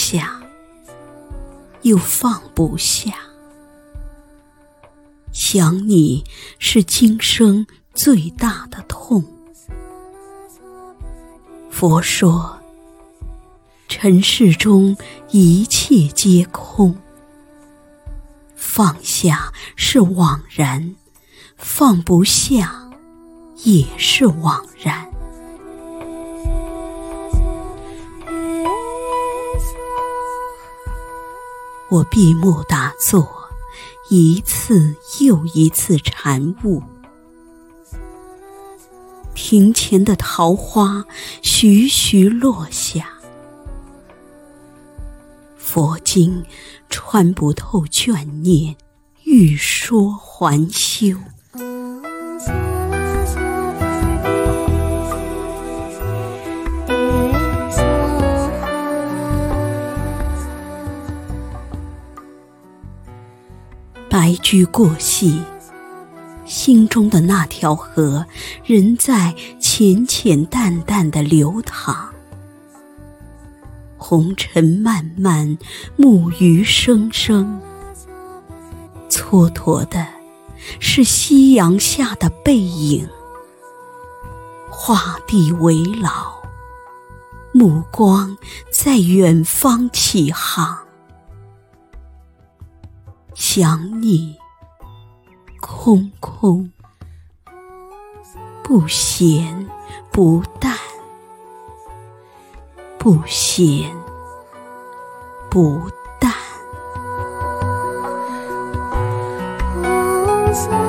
下，又放不下。想你是今生最大的痛。佛说，尘世中一切皆空，放下是枉然，放不下也是枉然。我闭目打坐，一次又一次禅悟。庭前的桃花徐徐落下，佛经穿不透眷念，欲说还休。白驹过隙，心中的那条河仍在浅浅淡淡地流淌。红尘漫漫，木鱼声声，蹉跎的是夕阳下的背影。画地为牢，目光在远方起航。想你，空空，不咸不淡，不咸不淡。